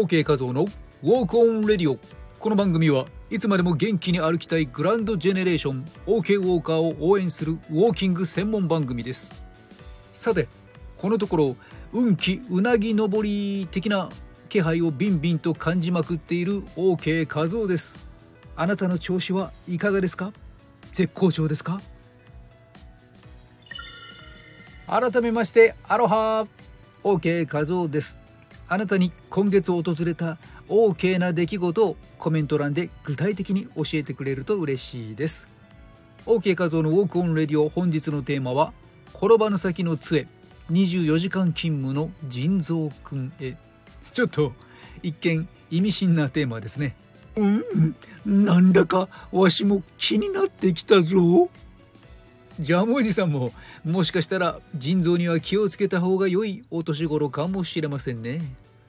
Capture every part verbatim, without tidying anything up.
OK 画像のウォークオンレディオ。この番組はいつまでも元気に歩きたいグランドジェネレーション OK ウォーカーを応援するウォーキング専門番組です。さて、このところ運気うなぎ登り的な気配をビンビンと感じまくっている OK 画像です。あなたの調子はいかがですか？絶好調ですか？改めましてアロハ OK 画像です。あなたに今月訪れた OK な出来事をコメント欄で具体的に教えてくれると嬉しいです。 OK 画像のウォークオンレディオ、本日のテーマは転ばぬ先の杖、にじゅうよじかん勤務の腎臓くんへ。ちょっと一見意味深なテーマですね。うんなんだかわしも気になってきたぞ。ジャムおじさんももしかしたら腎臓には気をつけた方が良いお年頃かもしれませんね。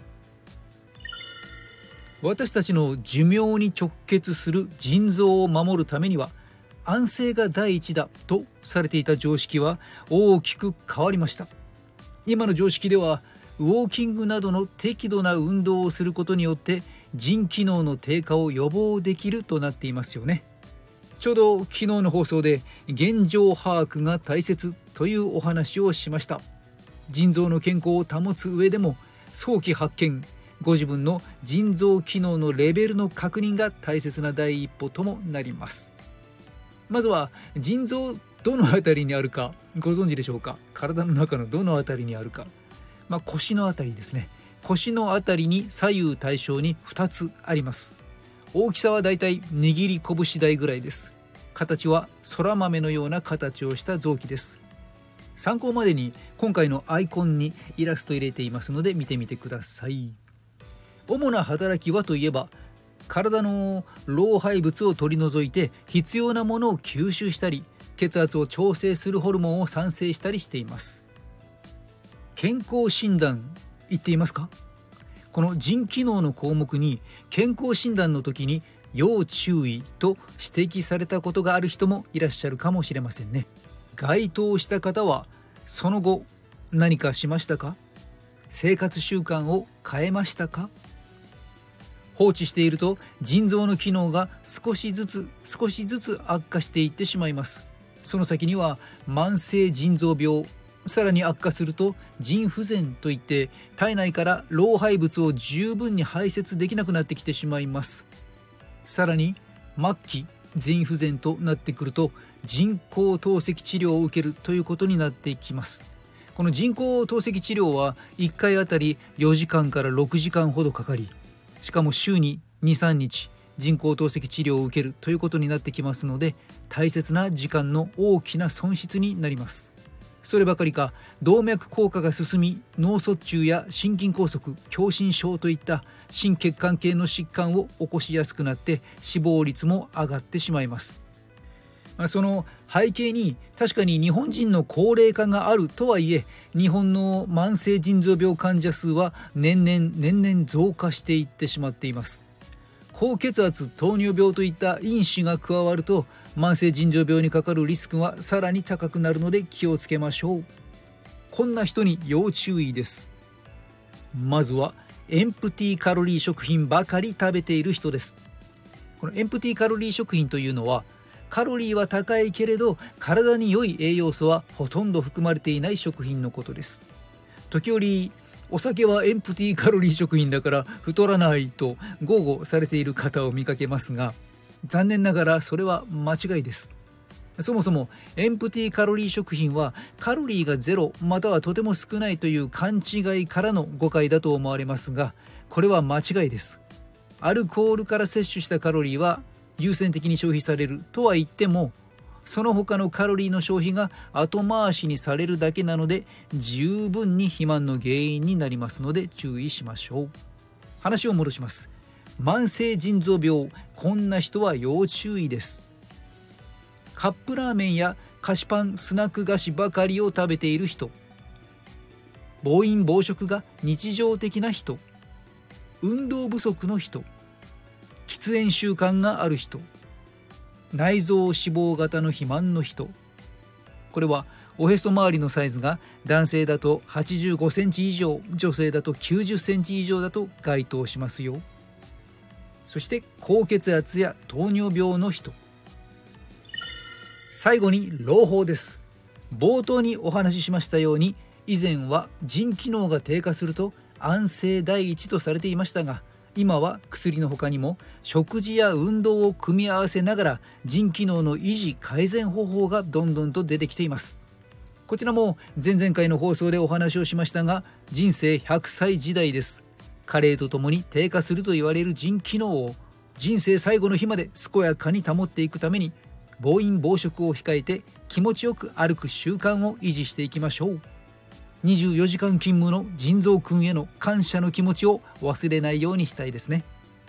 私たちの寿命に直結する腎臓を守るためには安静が第一だとされていた常識は大きく変わりました。今の常識ではウォーキングなどの適度な運動をすることによって腎機能の低下を予防できるとなっていますよね。ちょうど昨日の放送で現状把握が大切というお話をしました。腎臓の健康を保つ上でも早期発見、ご自分の腎臓機能のレベルの確認が大切な第一歩ともなります。まずは腎臓どのあたりにあるかご存知でしょうか？体の中のどのあたりにあるか、まあ、腰のあたりですね。腰のあたりに左右対称にふたつあります。大きさはだいたい握り拳大ぐらいです。形は空豆のような形をした臓器です。参考までに今回のアイコンにイラスト入れていますので見てみてください。主な働きはといえば、体の老廃物を取り除いて必要なものを吸収したり、血圧を調整するホルモンを産生したりしています。健康診断言っていますか？この腎機能の項目に健康診断の時に要注意と指摘されたことがある人もいらっしゃるかもしれませんね。該当した方はその後何かしましたか？生活習慣を変えましたか？放置していると腎臓の機能が少しずつ少しずつ悪化していってしまいます。その先には慢性腎臓病、さらに悪化すると腎不全といって体内から老廃物を十分に排泄できなくなってきてしまいます。さらに末期腎不全となってくると人工透析治療を受けるということになっていきます。この人工透析治療はいっかいあたりよじかんからろくじかんほどかかり、しかも週にに、さんにち人工透析治療を受けるということになってきますので、大切な時間の大きな損失になります。そればかりか動脈硬化が進み、脳卒中や心筋梗塞、狭心症といった心血管系の疾患を起こしやすくなって死亡率も上がってしまいます。その背景に確かに日本人の高齢化があるとはいえ、日本の慢性腎臓病患者数は年々年々増加していってしまっています。高血圧、糖尿病といった因子が加わると慢性腎臓病にかかるリスクはさらに高くなるので気をつけましょう。こんな人に要注意です。まずはエンプティカロリー食品ばかり食べている人です。このエンプティカロリー食品というのは、カロリーは高いけれど体に良い栄養素はほとんど含まれていない食品のことです。時折お酒はエンプティカロリー食品だから太らないと豪語されている方を見かけますが、残念ながらそれは間違いです。そもそもエンプティカロリー食品はカロリーがゼロまたはとても少ないという勘違いからの誤解だと思われますが、これは間違いです。アルコールから摂取したカロリーは優先的に消費されるとは言っても、その他のカロリーの消費が後回しにされるだけなので十分に肥満の原因になりますので注意しましょう。話を戻します。慢性腎臓病、こんな人は要注意です。カップラーメンや菓子パン、スナック菓子ばかりを食べている人、暴飲暴食が日常的な人、運動不足の人、喫煙習慣がある人、内臓脂肪型の肥満の人、これはおへそ周りのサイズが男性だとはちじゅうごセンチ以上、女性だときゅうじゅっセンチ以上だと該当しますよ。そして高血圧や糖尿病の人。最後に朗報です。冒頭にお話ししましたように、以前は腎機能が低下すると安静第一とされていましたが、今は薬の他にも食事や運動を組み合わせながら腎機能の維持改善方法がどんどんと出てきています。こちらも前々回の放送でお話をしましたが、人生ひゃくさい時代です。加齢とともに低下すると言われる腎機能を人生最後の日まで健やかに保っていくために、暴飲暴食を控えて気持ちよく歩く習慣を維持していきましょう。にじゅうよじかん勤務の腎臓くんへの感謝の気持ちを忘れないようにしたいですね。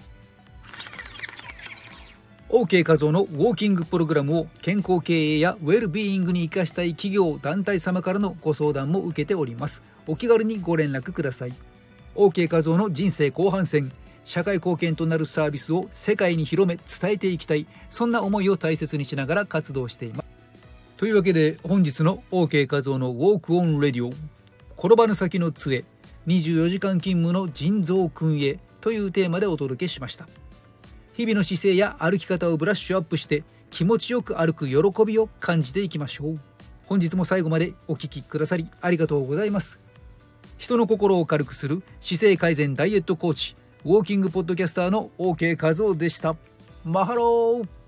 OK 画像のウォーキングプログラムを健康経営やウェルビーイングに生かしたい企業団体様からのご相談も受けております。お気軽にご連絡ください。 OK 画像の人生後半戦、社会貢献となるサービスを世界に広め伝えていきたい、そんな思いを大切にしながら活動しています。というわけで本日の OK 画像のウォークオンレディオ、転ばぬ先の杖、にじゅうよじかん勤務の腎臓くんへというテーマでお届けしました。日々の姿勢や歩き方をブラッシュアップして気持ちよく歩く喜びを感じていきましょう。本日も最後までお聞きくださりありがとうございます。人の心を軽くする姿勢改善ダイエットコーチ、ウォーキングポッドキャスターの OK 画像でした。マハロー。